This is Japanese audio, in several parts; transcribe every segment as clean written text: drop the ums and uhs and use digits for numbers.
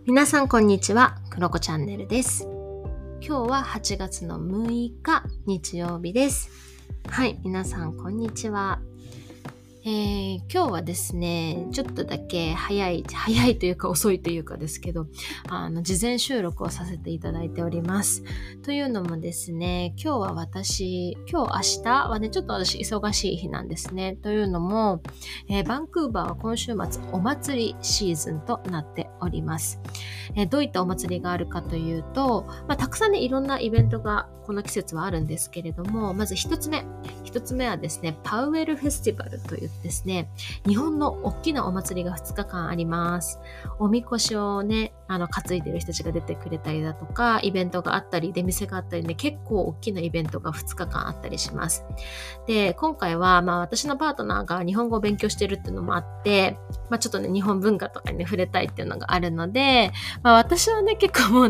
皆さんこんにちは、クロコチャンネルです。今日は8月の6日日曜日です。はい、皆さんこんにちは。今日はですね、ちょっとだけ早いというか遅いというかですけど、事前収録をさせていただいております。というのもですね、今日明日はね、ちょっと私忙しい日なんですね。というのも、バンクーバーは今週末お祭りシーズンとなっております。どういったお祭りがあるかというと、たくさんね、いろんなイベントがこの季節はあるんですけれども、まず一つ目はですね、パウエルフェスティバルというですね、日本の大きなお祭りが2日間あります。おみこしをね、担いでる人たちが出てくれたりだとか、イベントがあったり、出店があったりね、結構大きなイベントが2日間あったりします。で、今回は、私のパートナーが日本語を勉強してるっていうのもあって、ちょっとね、日本文化とかにね、触れたいっていうのがあるので、私はね、結構もう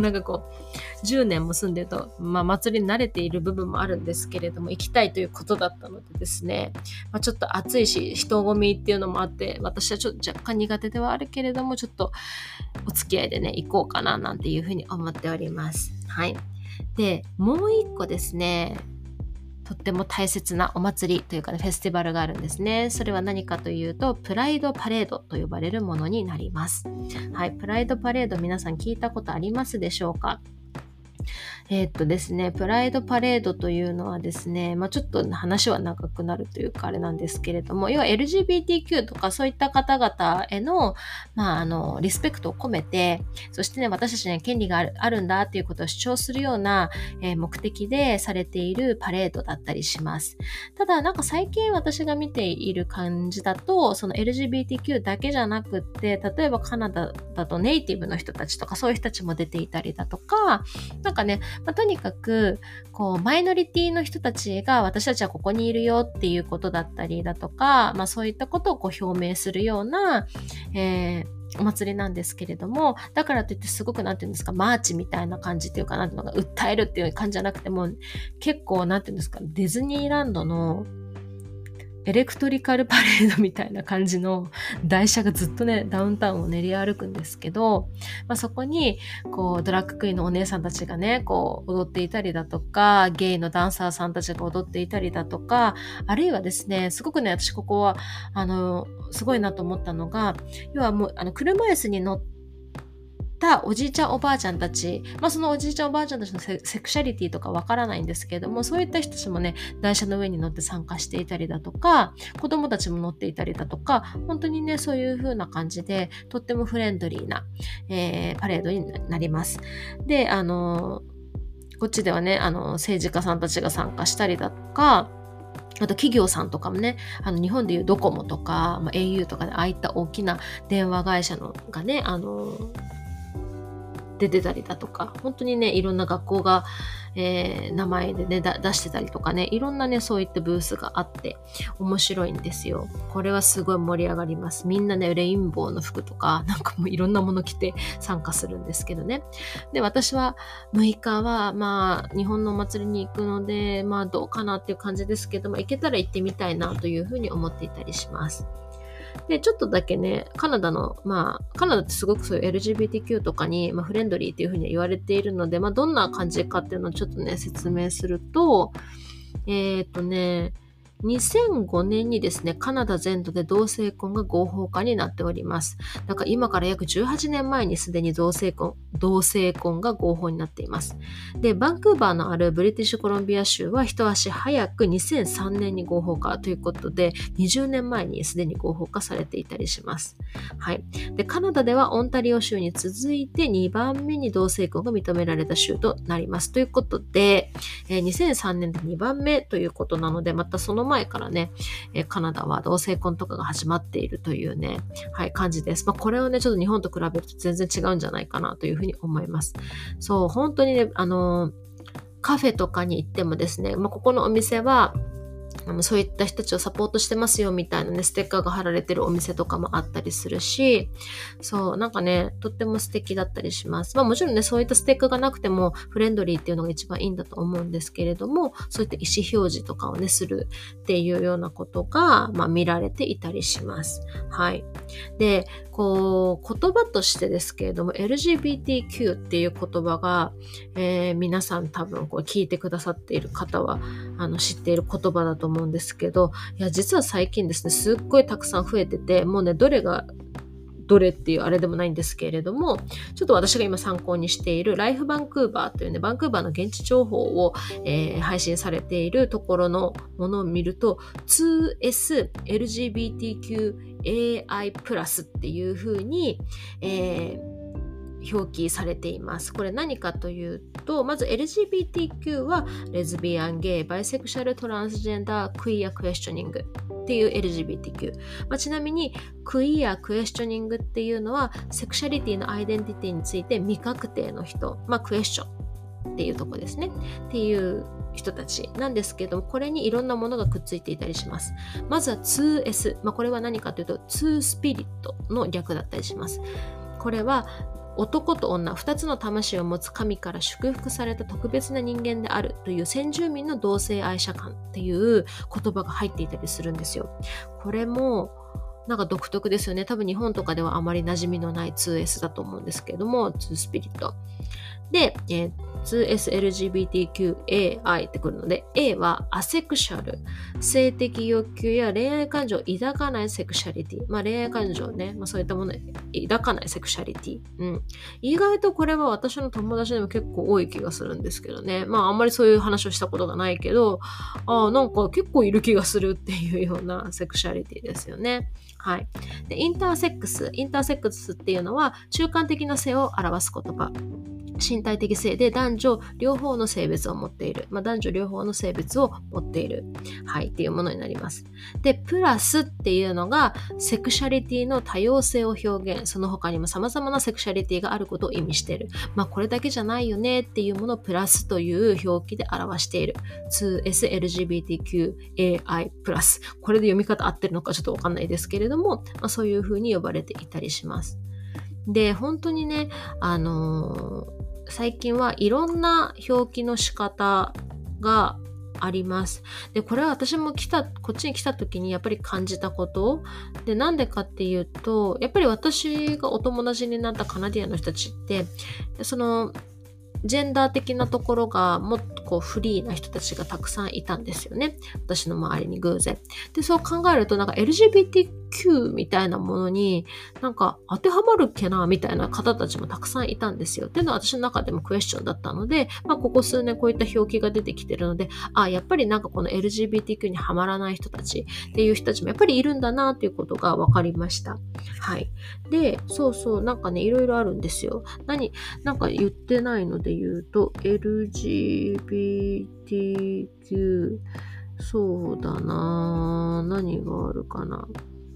10年も住んでると、祭りに慣れている部分もあるんですけれども、行きたいということだったのでですね、ちょっと暑いし、人混みっていうのもあって、私はちょっと若干苦手ではあるけれども、ちょっとお付き合いでね、行こうかななんていうふうに思っております。はい。で、もう一個ですね、とっても大切なお祭りというかね、フェスティバルがあるんですね。それは何かというと、プライドパレードと呼ばれるものになります。はい、プライドパレード皆さん聞いたことありますでしょうか？ですね、プライドパレードというのはですね、ちょっと話は長くなるというかあれなんですけれども、要は LGBTQ とかそういった方々への、リスペクトを込めて、そしてね、私たちには権利があるんだっていうことを主張するような、目的でされているパレードだったりします。ただ、最近私が見ている感じだと、その LGBTQ だけじゃなくって、例えばカナダだとネイティブの人たちとかそういう人たちも出ていたりだとか、とにかくマイノリティの人たちが私たちはここにいるよっていうことだったりだとか、そういったことを表明するような、お祭りなんですけれども、だからといってすごくマーチみたいな感じっていうか訴えるっていう感じじゃなくても、結構ディズニーランドのエレクトリカルパレードみたいな感じの台車がずっとね、ダウンタウンを練り歩くんですけど、そこに、ドラッグクイーンのお姉さんたちがね、踊っていたりだとか、ゲイのダンサーさんたちが踊っていたりだとか、あるいはですね、すごくね、私ここは、すごいなと思ったのが、要はもう、車椅子に乗っておじいちゃんおばあちゃんたち、そのおじいちゃんおばあちゃんたちのセクシャリティとかわからないんですけれども、そういった人たちもね、台車の上に乗って参加していたりだとか、子供たちも乗っていたりだとか、本当にね、そういう風な感じで、とってもフレンドリーな、パレードになります。で、こっちではね、政治家さんたちが参加したりだとか、あと企業さんとかもね、日本でいうドコモとか、au とかでああいった大きな電話会社のがね、で出たりだとか、本当にね、いろんな学校が、名前でね、出してたりとかね、いろんなね、そういったブースがあって、面白いんですよ。これはすごい盛り上がります。みんなね、レインボーの服とか、もういろんなもの着て参加するんですけどね。で、私は6日は、日本のお祭りに行くので、どうかなっていう感じですけど、行けたら行ってみたいなというふうに思っていたりします。で、ちょっとだけね、カナダってすごくそういう LGBTQ とかに、フレンドリーっていうふうに言われているので、どんな感じかっていうのをちょっとね、説明すると、2005年にですね、カナダ全土で同性婚が合法化になっております。だから今から約18年前にすでに同性婚が合法になっています。で、バンクーバーのあるブリティッシュコロンビア州は一足早く2003年に合法化ということで、20年前にすでに合法化されていたりします。はい。で、カナダではオンタリオ州に続いて2番目に同性婚が認められた州となります。ということで、2003年で2番目ということなので、またその前からね、カナダは同性婚とかが始まっているというね、感じです。これをね、ちょっと日本と比べると全然違うんじゃないかなというふうに思います。そう、本当にね、カフェとかに行ってもですね、ここのお店は、そういった人たちをサポートしてますよみたいなね、ステッカーが貼られてるお店とかもあったりするし、そう、とっても素敵だったりします。もちろんね、そういったステッカーがなくてもフレンドリーっていうのが一番いいんだと思うんですけれども、そういった意思表示とかをね、するっていうようなことが、見られていたりします。はい。で、 こう言葉としてですけれども LGBTQ っていう言葉が、皆さん多分こう聞いてくださっている方は知っている言葉だと思うんですけど、いや実は最近ですねすっごいたくさん増えてて、もうねどれがどれっていうあれでもないんですけれども、ちょっと私が今参考にしているライフバンクーバーというね、バンクーバーの現地情報を、配信されているところのものを見ると 2SLGBTQAI+ っていう風に、表記されています。これ何かというと、まず LGBTQ はレズビアン、ゲイ、バイセクシャル、トランスジェンダー、クイア、クエスチョニングっていう LGBTQ。ちなみにクイア、クエスチョニングっていうのはセクシャリティのアイデンティティについて未確定の人、クエスチョンっていうとこですね。っていう人たちなんですけども、これにいろんなものがくっついていたりします。まずは 2S。これは何かというと2スピリットの略だったりします。これは男と女2つの魂を持つ神から祝福された特別な人間であるという先住民の同性愛者観っていう言葉が入っていたりするんですよ。これもなんか独特ですよね。多分日本とかではあまり馴染みのない 2S だと思うんですけれども、2スピリットで、2SLGBTQAI ってくるので、A はアセクシャル、性的欲求や恋愛感情を抱かないセクシャリティ、恋愛感情ね、そういったものを抱かないセクシャリティ、意外とこれは私の友達でも結構多い気がするんですけどね。あんまりそういう話をしたことがないけど、なんか結構いる気がするっていうようなセクシャリティですよね。はい。で、インターセックスっていうのは中間的な性を表す言葉。身体的性で男女両方の性別を持っている。男女両方の性別を持っている。はい、っていうものになります。で、プラスっていうのがセクシャリティの多様性を表現。その他にも様々なセクシャリティがあることを意味している。これだけじゃないよねっていうものをプラスという表記で表している。2SLGBTQAI+。これで読み方合ってるのかちょっとわかんないですけれども、そういう風に呼ばれていたりします。で、本当にね、最近はいろんな表記の仕方があります。で、これは私もこっちに来た時にやっぱり感じたことで、なんでかっていうと、やっぱり私がお友達になったカナディアンの人たちって、そのジェンダー的なところがもっとこうフリーな人たちがたくさんいたんですよね。私の周りに偶然。で、そう考えるとなんか LGBTQ みたいなものになんか当てはまるっけなみたいな方たちもたくさんいたんですよ。っていうのは私の中でもクエスチョンだったので、ここ数年こういった表記が出てきてるので、やっぱりなんかこの LGBTQ にはまらない人たちっていう人たちもやっぱりいるんだなっていうことが分かりました。はい。で、そうなんかね、いろいろあるんですよ。なんか言ってないので言うと LGBTQ そうだな、何があるかな。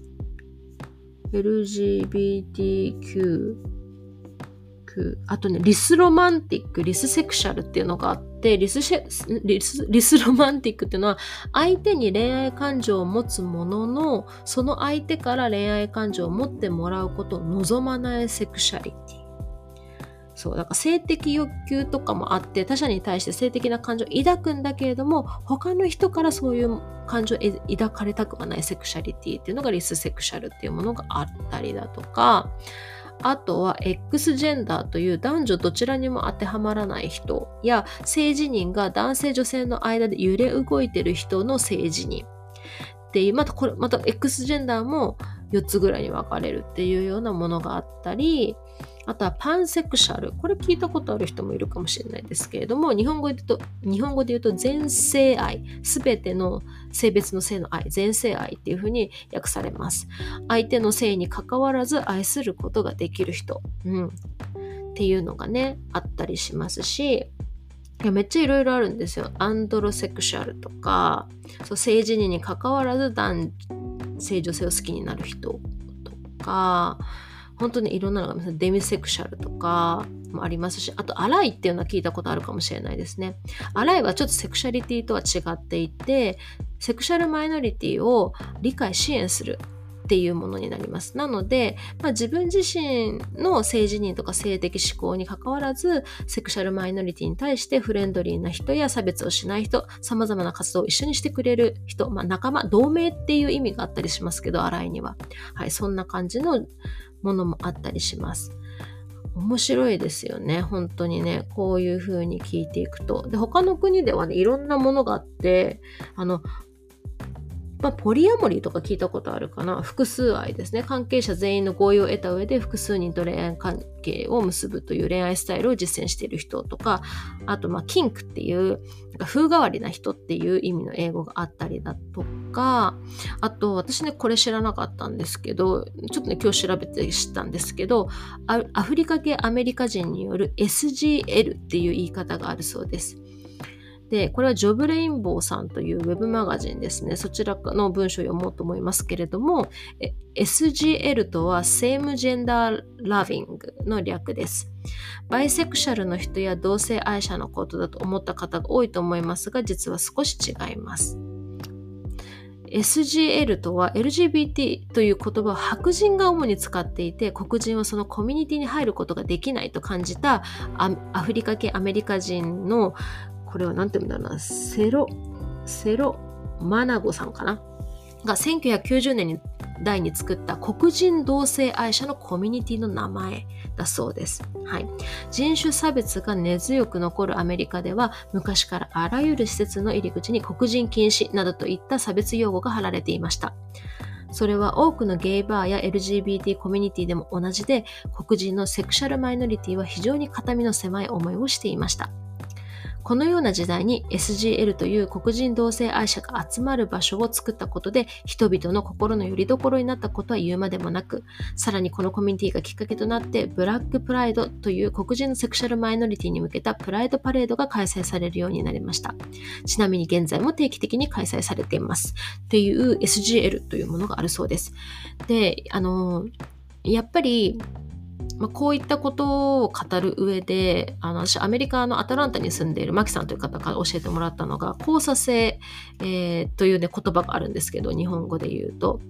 LGBTQ あとね、リスロマンティック、リスセクシャルっていうのがあって、リスロマンティックっていうのは相手に恋愛感情を持つものの、その相手から恋愛感情を持ってもらうことを望まないセクシャリティ。そう、だから性的欲求とかもあって、他者に対して性的な感情を抱くんだけれども、他の人からそういう感情を抱かれたくはないセクシャリティっていうのがリスセクシャルっていうものがあったりだとか、あとは X ジェンダーという男女どちらにも当てはまらない人や、性自認が男性女性の間で揺れ動いている人の性自認っていう、また X ジェンダーも4つぐらいに分かれるっていうようなものがあったり、あとはパンセクシャル。これ聞いたことある人もいるかもしれないですけれども、日本語で言うと全性愛。すべての性別の性の愛。全性愛っていうふうに訳されます。相手の性に関わらず愛することができる人。っていうのがね、あったりしますし、めっちゃいろいろあるんですよ。アンドロセクシャルとか、性自認に関わらず男性女性を好きになる人とか、本当にいろんなのがあります。デミセクシャルとかもありますし、あとアライっていうのは聞いたことあるかもしれないですね。アライはちょっとセクシャリティとは違っていて、セクシャルマイノリティを理解支援するっていうものになります。なので、自分自身の性自認とか性的指向に関わらず、セクシャルマイノリティに対してフレンドリーな人や差別をしない人、様々な活動を一緒にしてくれる人、仲間、同盟っていう意味があったりしますけど、アライには。はい、そんな感じのものもあったりします。面白いですよね。本当にね、こういう風に聞いていくと。で、他の国ではね、いろんなものがあって、ポリアモリーとか聞いたことあるかな。複数愛ですね。関係者全員の合意を得た上で複数人と恋愛関係を結ぶという恋愛スタイルを実践している人とか、あと、キンクっていう、風変わりな人っていう意味の英語があったりだとか、あと、私ね、これ知らなかったんですけど、ちょっとね、今日調べて知ったんですけど、アフリカ系アメリカ人による SGL っていう言い方があるそうです。で、これはジョブレインボーさんというウェブマガジンですね。そちらの文章を読もうと思いますけれども、SGL とは Same Gender Loving の略です。バイセクシャルの人や同性愛者のことだと思った方が多いと思いますが、実は少し違います。SGL とは LGBT という言葉を白人が主に使っていて、黒人はそのコミュニティに入ることができないと感じたアフリカ系アメリカ人の、これは何て言うんだろうな、セロマナゴさんかなが1990年代に作った黒人同性愛者のコミュニティの名前だそうです。はい、人種差別が根強く残るアメリカでは、昔からあらゆる施設の入り口に黒人禁止などといった差別用語が貼られていました。それは多くのゲイバーや LGBT コミュニティでも同じで、黒人のセクシャルマイノリティは非常に肩身の狭い思いをしていました。このような時代に SGL という黒人同性愛者が集まる場所を作ったことで、人々の心の拠り所になったことは言うまでもなく、さらにこのコミュニティがきっかけとなって、ブラックプライドという黒人のセクシャルマイノリティに向けたプライドパレードが開催されるようになりました。ちなみに現在も定期的に開催されています。っていう SGL というものがあるそうです。で、やっぱりこういったことを語る上で、私アメリカのアトランタに住んでいるマキさんという方から教えてもらったのが、交差性、というね言葉があるんですけど、日本語で言うと、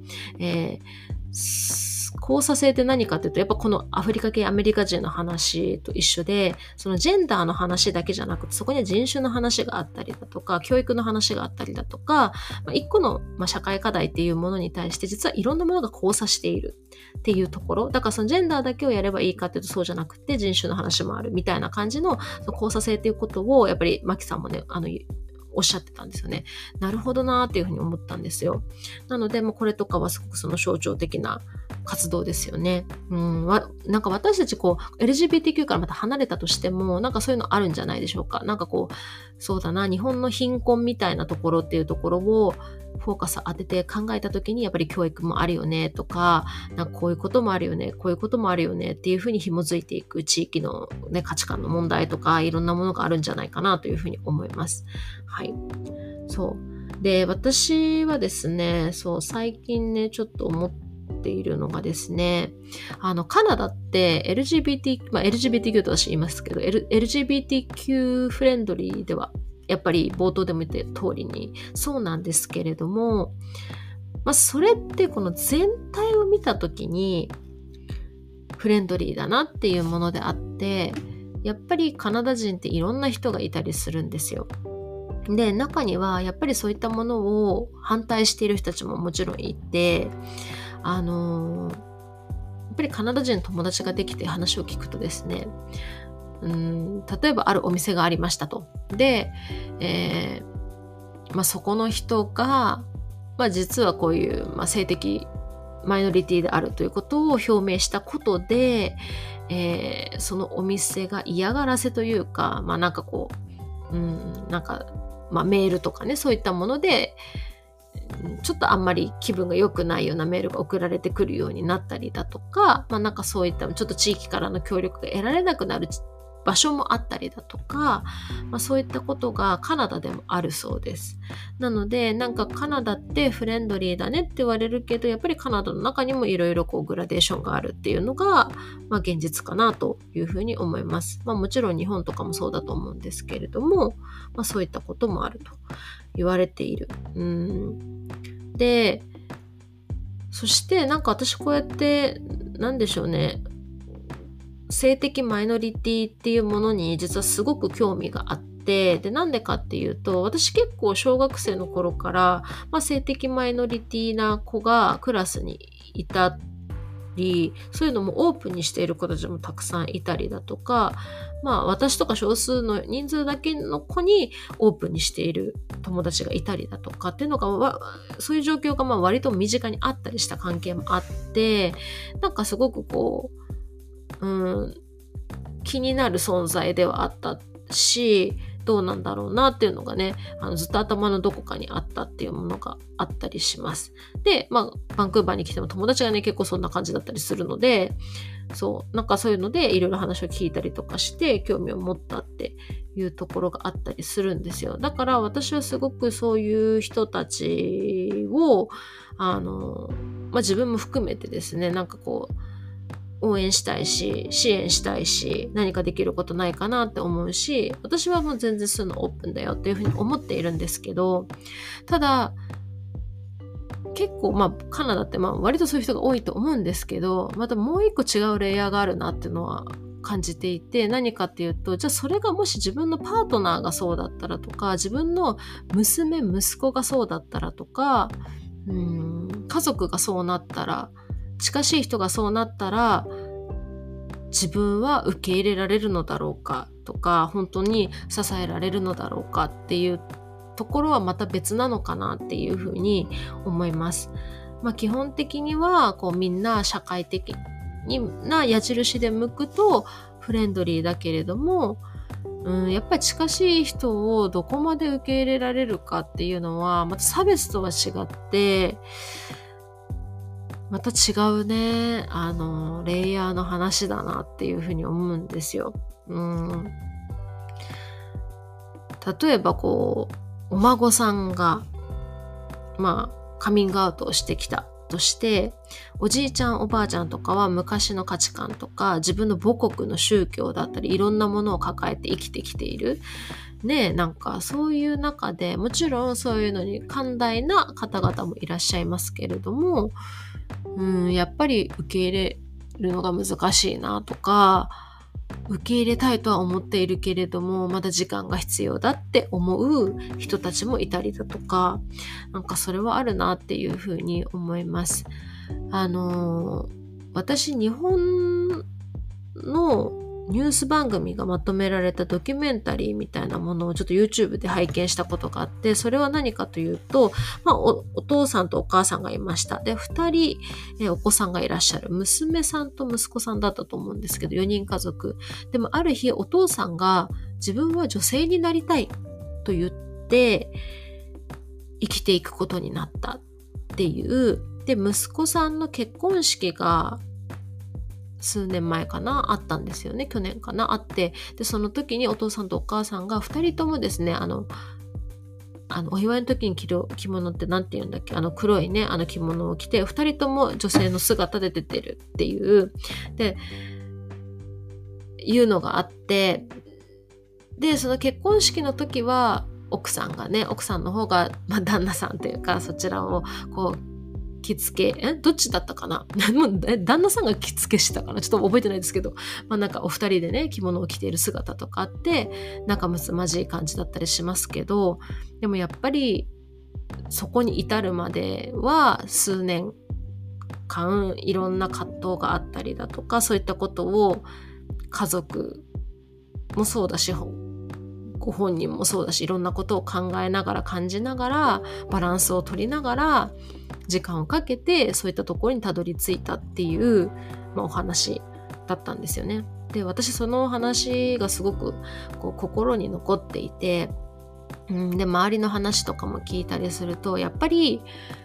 交差性って何かっていうと、やっぱこのアフリカ系アメリカ人の話と一緒で、そのジェンダーの話だけじゃなくて、そこには人種の話があったりだとか、教育の話があったりだとか、一個の社会課題っていうものに対して、実はいろんなものが交差しているっていうところ。だからそのジェンダーだけをやればいいかっていうとそうじゃなくて、人種の話もあるみたいな感じの交差性っていうことを、やっぱりマキさんもね、おっしゃってたんですよね。なるほどなーっていうふうに思ったんですよ。なので、これとかはすごくその象徴的な活動ですよね。なんか私たちLGBTQ からまた離れたとしても、なんかそういうのあるんじゃないでしょうか。なんかそうだな、日本の貧困みたいなところっていうところをフォーカス当てて考えたときに、やっぱり教育もあるよねとか、なんかこういうこともあるよね、こういうこともあるよねっていうふうに紐づいていく地域の、価値観の問題とか、いろんなものがあるんじゃないかなというふうに思います。はい。そう。で、私はですね、最近ね、ちょっと思っているのがですね、カナダって LGBTQ と私言いますけど、LGBTQ フレンドリーでは、やっぱり冒頭でも言った通りにそうなんですけれども、それってこの全体を見たときにフレンドリーだなっていうものであって、やっぱりカナダ人っていろんな人がいたりするんですよ。で、中にはやっぱりそういったものを反対している人たちももちろんいて、やっぱりカナダ人の友達ができて話を聞くとですね、例えばあるお店がありましたと。で、そこの人が、実はこういう、性的マイノリティであるということを表明したことで、そのお店が嫌がらせというか、メールとかね、そういったもので、ちょっとあんまり気分が良くないようなメールが送られてくるようになったりだとか、そういったちょっと地域からの協力が得られなくなる場所もあったりだとか、そういったことがカナダでもあるそうです。なので、なんかカナダってフレンドリーだねって言われるけど、やっぱりカナダの中にもいろいろグラデーションがあるっていうのが、現実かなというふうに思います。もちろん日本とかもそうだと思うんですけれども、そういったこともあると言われている。で、そしてなんか私こうやって、なんでしょうね、性的マイノリティっていうものに実はすごく興味があって、で、なんでかっていうと、私結構小学生の頃から、性的マイノリティな子がクラスにいたり、そういうのもオープンにしている子たちもたくさんいたりだとか、私とか少数の人数だけの子にオープンにしている友達がいたりだとかっていうのが、そういう状況が割と身近にあったりした関係もあって、なんかすごく気になる存在ではあったし、どうなんだろうなっていうのがね、ずっと頭のどこかにあったっていうものがあったりします。で、バンクーバーに来ても友達がね、結構そんな感じだったりするので、なんかそういうのでいろいろ話を聞いたりとかして興味を持ったっていうところがあったりするんですよ。だから私はすごくそういう人たちを、自分も含めてですね、なんか応援したいし、支援したいし、何かできることないかなって思うし、私はもう全然そういうのオープンだよっていうふうに思っているんですけど、ただ、結構カナダって割とそういう人が多いと思うんですけど、またもう一個違うレイヤーがあるなっていうのは感じていて、何かっていうと、じゃあそれがもし自分のパートナーがそうだったらとか、自分の娘、息子がそうだったらとか、家族がそうなったら、近しい人がそうなったら自分は受け入れられるのだろうかとか、本当に支えられるのだろうかっていうところはまた別なのかなっていうふうに思います。基本的にはみんな社会的な矢印で向くとフレンドリーだけれども、やっぱり近しい人をどこまで受け入れられるかっていうのはまた差別とは違ってまた違うね、レイヤーの話だなっていうふうに思うんですよ。例えばお孫さんが、カミングアウトをしてきたとして、おじいちゃんおばあちゃんとかは昔の価値観とか、自分の母国の宗教だったり、いろんなものを抱えて生きてきている。ね、なんかそういう中で、もちろんそういうのに寛大な方々もいらっしゃいますけれども、やっぱり受け入れるのが難しいなとか、受け入れたいとは思っているけれどもまだ時間が必要だって思う人たちもいたりだとか、なんかそれはあるなっていうふうに思います。私日本のニュース番組がまとめられたドキュメンタリーみたいなものをちょっと YouTube で拝見したことがあって、それは何かというと、お父さんとお母さんがいました。で、2人、お子さんがいらっしゃる。娘さんと息子さんだったと思うんですけど、4人家族。でもある日、お父さんが自分は女性になりたいと言って、生きていくことになったっていう。で、息子さんの結婚式が数年前かなあったんですよね。去年かなあって、でその時にお父さんとお母さんが2人ともですね、お祝いの時に着る着物ってなんて言うんだっけ、黒いね着物を着て2人とも女性の姿で出てるっていうのがあって、でその結婚式の時は奥さんの方が、旦那さんというかそちらを着付け、どっちだったかなもう旦那さんが着付けしたかなちょっと覚えてないですけど、なんかお二人でね、着物を着ている姿とかあって、仲睦まじい感じだったりしますけど、でもやっぱり、そこに至るまでは数年間いろんな葛藤があったりだとか、そういったことを家族もそうだし、ご本人もそうだし、いろんなことを考えながら感じながらバランスを取りながら時間をかけてそういったところにたどり着いたっていう、お話だったんですよね。で、私その話がすごく心に残っていて、で周りの話とかも聞いたりするとやっぱり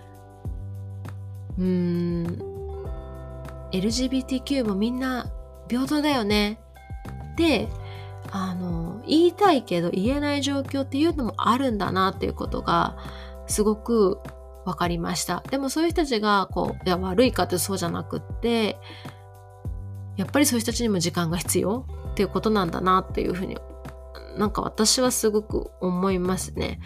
LGBTQ もみんな平等だよねって言いたいけど言えない状況っていうのもあるんだなっていうことがすごく分かりました。でもそういう人たちがいや悪いかってそうじゃなくって、やっぱりそういう人たちにも時間が必要っていうことなんだなっていうふうになんか私はすごく思いますね。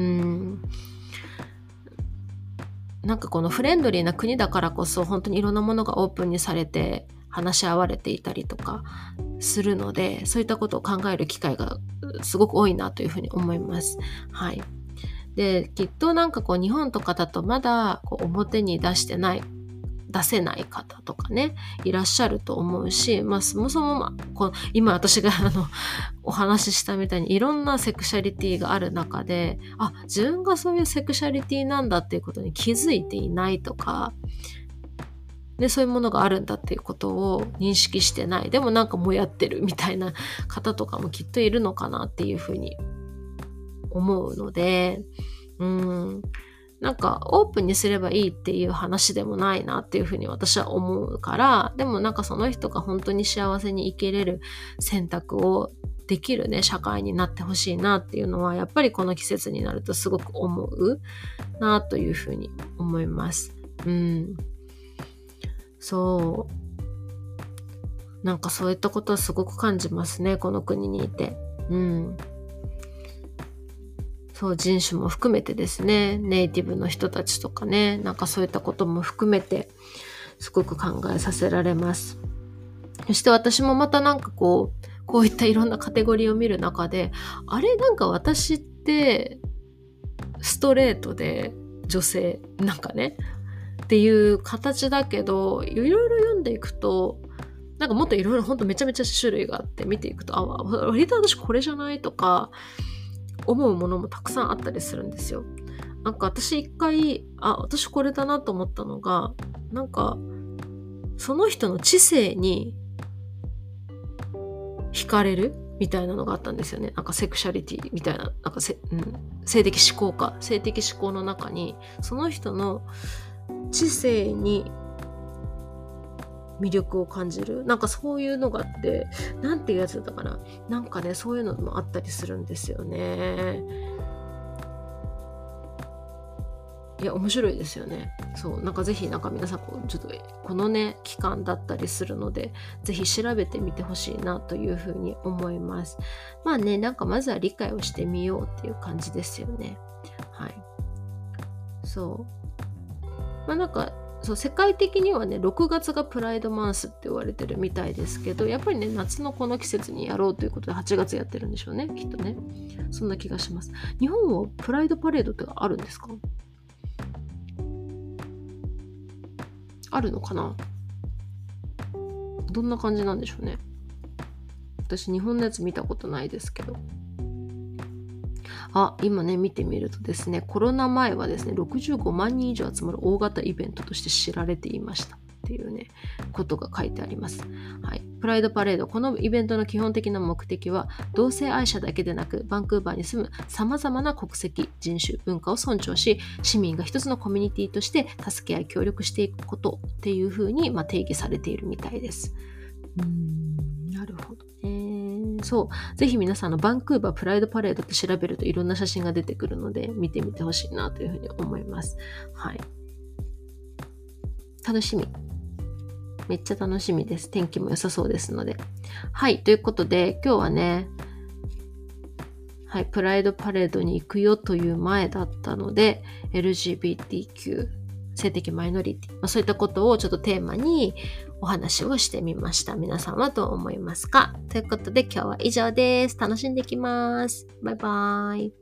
なんかこのフレンドリーな国だからこそ本当にいろんなものがオープンにされて話し合われていたりとかするので、そういったことを考える機会がすごく多いなというふうに思います。はい。で、きっとなんか日本とかだとまだ表に出してない出せない方とかね、いらっしゃると思うし、そもそも、今私がお話ししたみたいにいろんなセクシャリティがある中で、自分がそういうセクシャリティなんだっていうことに気づいていないとか、で、そういうものがあるんだっていうことを認識してない。でもなんかもやってるみたいな方とかもきっといるのかなっていうふうに思うので、なんかオープンにすればいいっていう話でもないなっていうふうに私は思うから、でもなんかその人が本当に幸せに生きれる選択をできるね、社会になってほしいなっていうのは、やっぱりこの季節になるとすごく思うなというふうに思います。そう。なんかそういったことはすごく感じますね、この国にいて。そう、人種も含めてですね、ネイティブの人たちとかね、なんかそういったことも含めて、すごく考えさせられます。そして私もまたなんかこういったいろんなカテゴリーを見る中で、なんか私ってストレートで女性なんかねっていう形だけど、いろいろ読んでいくとなんかもっといろいろほんとめちゃめちゃ種類があって、見ていくと割と私これじゃないとか思うものもたくさんあったりするんですよ。なんか私一回私これだなと思ったのが、なんかその人の知性に惹かれるみたいなのがあったんですよね。なんかセクシャリティみたいな、なんか性的思考の中にその人の知性に魅力を感じる、なんかそういうのがあって、なんていうやつだったかな、なんかね、そういうのもあったりするんですよね。いや、面白いですよね。そう、なんかぜひなんか皆さんちょっとこのね期間だったりするので、ぜひ調べてみてほしいなというふうに思います。なんかまずは理解をしてみようっていう感じですよね。はい。そう。なんかそう、世界的にはね、6月がプライドマンスって言われてるみたいですけど、やっぱりね、夏のこの季節にやろうということで8月やってるんでしょうね、きっとね。そんな気がします。日本はプライドパレードってあるんですか？あるのかな？どんな感じなんでしょうね。私、日本のやつ見たことないですけど。今ね、見てみるとですね、コロナ前はですね、65万人以上集まる大型イベントとして知られていましたっていうね、ことが書いてあります。はい。プライドパレード。このイベントの基本的な目的は、同性愛者だけでなく、バンクーバーに住む様々な国籍、人種、文化を尊重し、市民が一つのコミュニティとして助け合い協力していくことっていうふうに、定義されているみたいです。なるほどね。そう。ぜひ皆さんバンクーバープライドパレードって調べるといろんな写真が出てくるので、見てみてほしいなというふうに思います。はい。楽しみ。めっちゃ楽しみです。天気も良さそうですので。はい。ということで、今日はね、はい、プライドパレードに行くよという前だったので、LGBTQ、性的マイノリティ、そういったことをちょっとテーマにお話をしてみました。皆さんはどう思いますか？ということで今日は以上です。楽しんできます。バイバーイ。